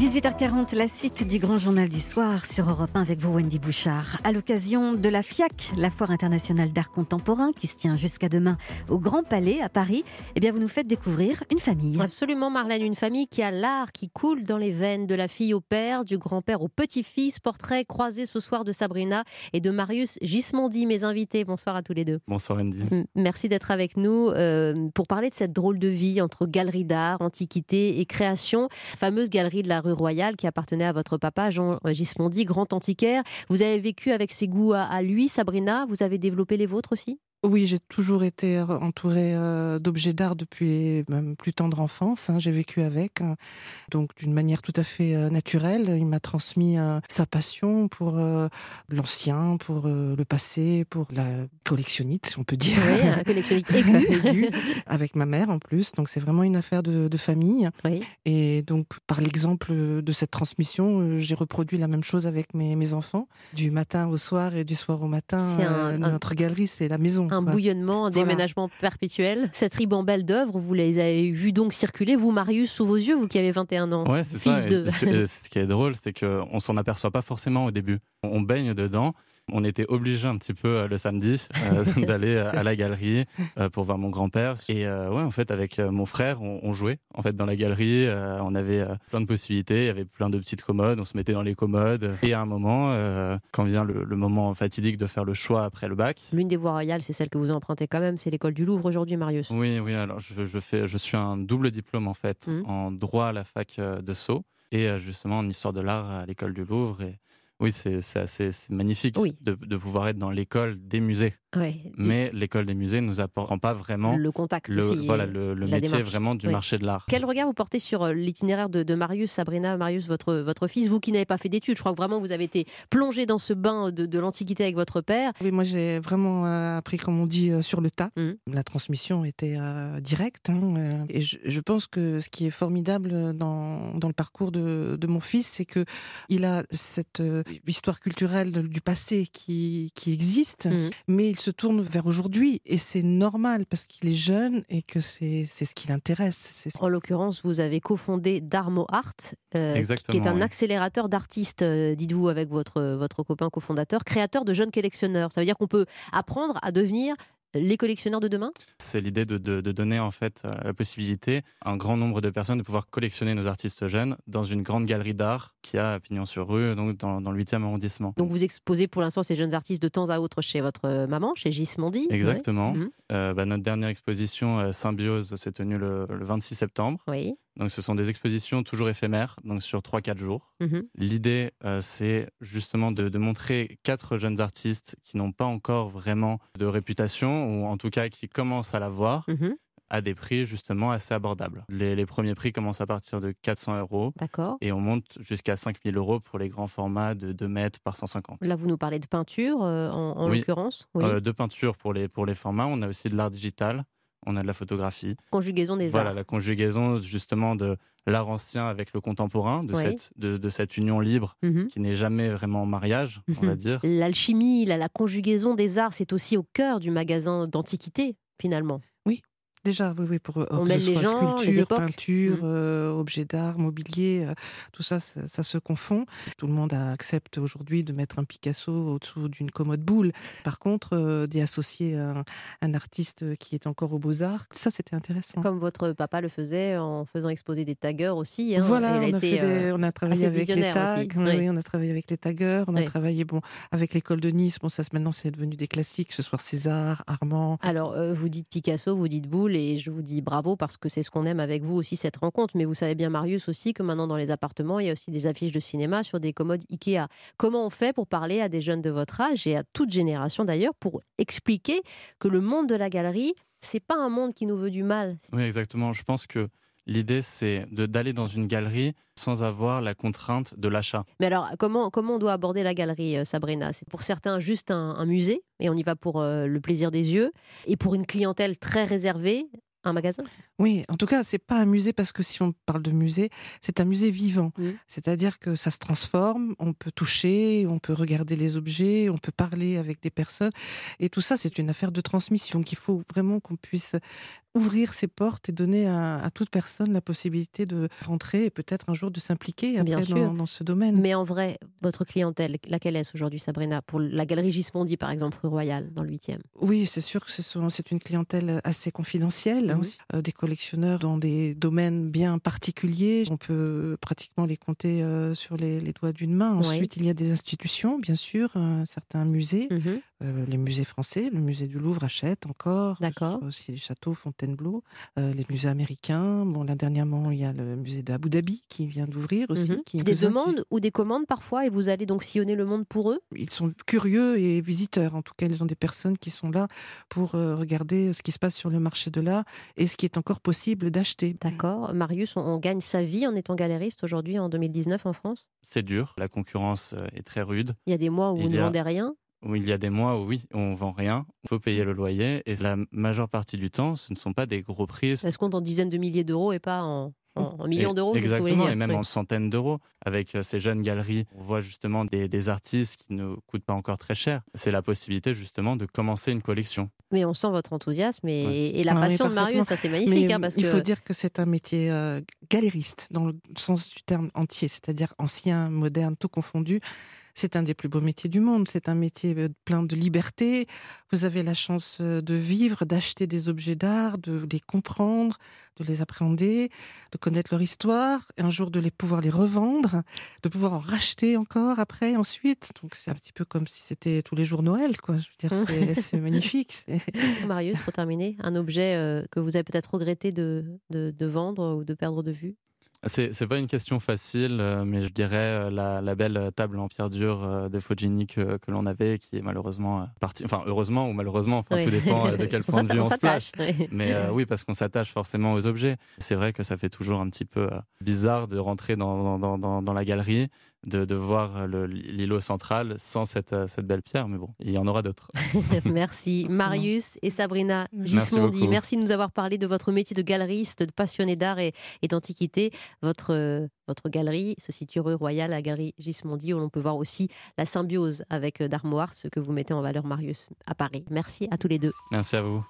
18h40, la suite du grand journal du soir sur Europe 1 avec vous, Wendy Bouchard. À l'occasion de la FIAC, la Foire internationale d'art contemporain, qui se tient jusqu'à demain au Grand Palais à Paris, eh bien vous nous faites découvrir une famille. Absolument, Marlène, une famille qui a l'art qui coule dans les veines, de la fille au père, du grand-père au petit-fils. Portrait croisé ce soir de Sabrina et de Marius Gismondi, mes invités. Bonsoir à tous les deux. Bonsoir Wendy. Merci d'être avec nous pour parler de cette drôle de vie entre galerie d'art, antiquité et création. Fameuse galerie de la rue Royale qui appartenait à votre papa, Jean Gismondi, grand antiquaire. Vous avez vécu avec ses goûts à lui, Sabrina. Vous avez développé les vôtres aussi ? Oui, j'ai toujours été entourée d'objets d'art depuis même plus tendre enfance. J'ai vécu avec, donc d'une manière tout à fait naturelle. Il m'a transmis sa passion pour l'ancien, pour le passé, pour la collectionnite, si on peut dire. Oui, un collectionnite aigu. Avec ma mère en plus. Donc c'est vraiment une affaire de famille. Oui. Et donc par l'exemple de cette transmission, j'ai reproduit la même chose avec mes enfants. Du matin au soir et du soir au matin, notre galerie, c'est la maison. Un bouillonnement, un déménagement perpétuel. Cette ribambelle d'œuvres, vous les avez vues donc circuler, vous Marius, sous vos yeux, vous qui avez 21 ans. Ouais, c'est fils ça. de... Ce qui est drôle, c'est qu'on s'en aperçoit pas forcément au début. On baigne dedans. On était obligés un petit peu le samedi d'aller à la galerie pour voir mon grand-père. Et ouais, en fait, avec mon frère, on jouait en fait dans la galerie. On avait plein de possibilités. Il y avait plein de petites commodes. On se mettait dans les commodes. Et à un moment, quand vient le moment fatidique de faire le choix après le bac. L'une des voies royales, c'est celle que vous empruntez quand même. C'est l'école du Louvre aujourd'hui, Marius. Oui. Alors je suis un double diplôme en fait, en droit à la fac de Sceaux et justement en histoire de l'art à l'école du Louvre. Et oui, c'est magnifique de pouvoir être dans l'école des musées. Oui. Mais l'école des musées ne nous apprend pas vraiment le contact aussi, le métier démarche. vraiment du marché de l'art. Quel regard vous portez sur l'itinéraire de Marius, Sabrina, Marius, votre fils, vous qui n'avez pas fait d'études? Je crois que vraiment vous avez été plongé dans ce bain de l'Antiquité avec votre père. Oui, moi j'ai vraiment appris, comme on dit, sur le tas. La transmission était directe. Et je pense que ce qui est formidable dans le parcours de mon fils, c'est qu'il a cette histoire culturelle du passé qui existe, mais il se tourne vers aujourd'hui et c'est normal parce qu'il est jeune et que c'est ce qui l'intéresse. En l'occurrence, vous avez cofondé Darmo Art, qui est un accélérateur d'artistes, dites-vous, avec votre copain cofondateur, créateur de jeunes collectionneurs. Ça veut dire qu'on peut apprendre à devenir les collectionneurs de demain ? C'est l'idée de donner en fait la possibilité à un grand nombre de personnes de pouvoir collectionner nos artistes jeunes dans une grande galerie d'art qui a Pignon-sur-Rue, donc dans le 8e arrondissement. Donc vous exposez pour l'instant ces jeunes artistes de temps à autre chez votre maman, chez Gismondi. Exactement. Notre dernière exposition Symbiose s'est tenue le 26 septembre. Oui. Donc ce sont des expositions toujours éphémères, donc sur 3-4 jours. L'idée, c'est justement de montrer 4 jeunes artistes qui n'ont pas encore vraiment de réputation, ou en tout cas qui commencent à l'avoir, à des prix justement assez abordables. Les premiers prix commencent à partir de 400 €. D'accord. Et on monte jusqu'à 5000 € pour les grands formats de 2 mètres par 150. Là, vous nous parlez de peinture, en l'occurrence. Oui. De peinture pour les formats. On a aussi de l'art digital. On a de la photographie. Conjugaison des arts. Voilà, la conjugaison justement de l'art ancien avec le contemporain, de cette union libre qui n'est jamais vraiment en mariage, on va dire. L'alchimie, la conjugaison des arts, c'est aussi au cœur du magasin d'antiquité, finalement. Oui. Déjà, oui, pour on mêle les gens, sculpture, les époques. peinture, objets d'art, mobilier, tout ça, ça se confond. Tout le monde accepte aujourd'hui de mettre un Picasso au-dessous d'une commode boule. Par contre, d'y associer un artiste qui est encore aux Beaux-Arts, ça c'était intéressant. Comme votre papa le faisait en faisant exposer des taggeurs aussi. Voilà, on a travaillé avec les tags, oui, on a travaillé avec les taggeurs, on a travaillé avec l'école de Nice. Ça maintenant c'est devenu des classiques, ce soir César, Armand. Alors, vous dites Picasso, vous dites boule, et je vous dis bravo parce que c'est ce qu'on aime avec vous aussi, cette rencontre. Mais vous savez bien, Marius, aussi que maintenant dans les appartements, il y a aussi des affiches de cinéma sur des commodes Ikea. Comment on fait pour parler à des jeunes de votre âge et à toute génération d'ailleurs pour expliquer que le monde de la galerie, c'est pas un monde qui nous veut du mal? Oui, exactement. Je pense que l'idée, c'est d'aller dans une galerie sans avoir la contrainte de l'achat. Mais alors, comment on doit aborder la galerie, Sabrina? C'est pour certains juste un musée, et on y va pour le plaisir des yeux, et pour une clientèle très réservée, un magasin? Oui, en tout cas, c'est pas un musée parce que si on parle de musée, c'est un musée vivant. C'est-à-dire que ça se transforme, on peut toucher, on peut regarder les objets, on peut parler avec des personnes. Et tout ça, c'est une affaire de transmission qu'il faut vraiment qu'on puisse ouvrir ses portes et donner à toute personne la possibilité de rentrer et peut-être un jour de s'impliquer après dans ce domaine. Mais en vrai, votre clientèle, laquelle est-ce aujourd'hui, Sabrina, pour la galerie Gismondi, par exemple, rue Royale, dans le 8e? Oui, c'est sûr que c'est une clientèle assez confidentielle, des collectionneurs dans des domaines bien particuliers. On peut pratiquement les compter sur les doigts d'une main. Ensuite, il y a des institutions, bien sûr, certains musées. Les musées français, le musée du Louvre achète encore. D'accord. Aussi les châteaux Fontainebleau, les musées américains. Bon, là, dernièrement, il y a le musée d'Abu Dhabi qui vient d'ouvrir aussi. Des demandes ou des commandes parfois, et vous allez donc sillonner le monde pour eux? Ils sont curieux et visiteurs. En tout cas, ils ont des personnes qui sont là pour regarder ce qui se passe sur le marché de l'art et ce qui est encore possible d'acheter. D'accord. Marius, on gagne sa vie en étant galeriste aujourd'hui, en 2019, en France? C'est dur, la concurrence est très rude. Il y a des mois où vous ne vendez rien? Où il y a des mois où oui, on vend rien, il faut payer le loyer et la majeure partie du temps, ce ne sont pas des gros prix. Ça se compte en dizaines de milliers d'euros et pas en millions d'euros. Exactement, et même en centaines d'euros. Avec ces jeunes galeries, on voit justement des artistes qui ne coûtent pas encore très cher. C'est la possibilité justement de commencer une collection. Mais on sent votre enthousiasme et la passion de Marius, ça c'est magnifique. Il faut dire que c'est un métier galériste, dans le sens du terme entier, c'est-à-dire ancien, moderne, tout confondu. C'est un des plus beaux métiers du monde. C'est un métier plein de liberté. Vous avez la chance de vivre, d'acheter des objets d'art, de les comprendre, de les appréhender, de connaître leur histoire, et un jour de pouvoir les revendre, de pouvoir en racheter encore après, ensuite. Donc c'est un petit peu comme si c'était tous les jours Noël, quoi. Je veux dire, c'est magnifique. Marius, pour terminer, un objet que vous avez peut-être regretté de vendre ou de perdre de vue? C'est pas une question facile, mais je dirais la belle table en pierre dure de Foggini que l'on avait, qui est malheureusement partie. Enfin, heureusement ou malheureusement, tout dépend de quel point de vue on se place. Mais oui, parce qu'on s'attache forcément aux objets. C'est vrai que ça fait toujours un petit peu bizarre de rentrer dans la galerie, de voir l'îlot central sans cette belle pierre. Mais bon, il y en aura d'autres. Merci Marius et Sabrina Gismondi. Merci de nous avoir parlé de votre métier de galeriste, de passionné d'art et d'antiquité. Votre galerie se situe rue Royale, la galerie Gismondi, où l'on peut voir aussi la symbiose avec D'Armoire, ce que vous mettez en valeur, Marius, à Paris. Merci à tous les deux. Merci à vous.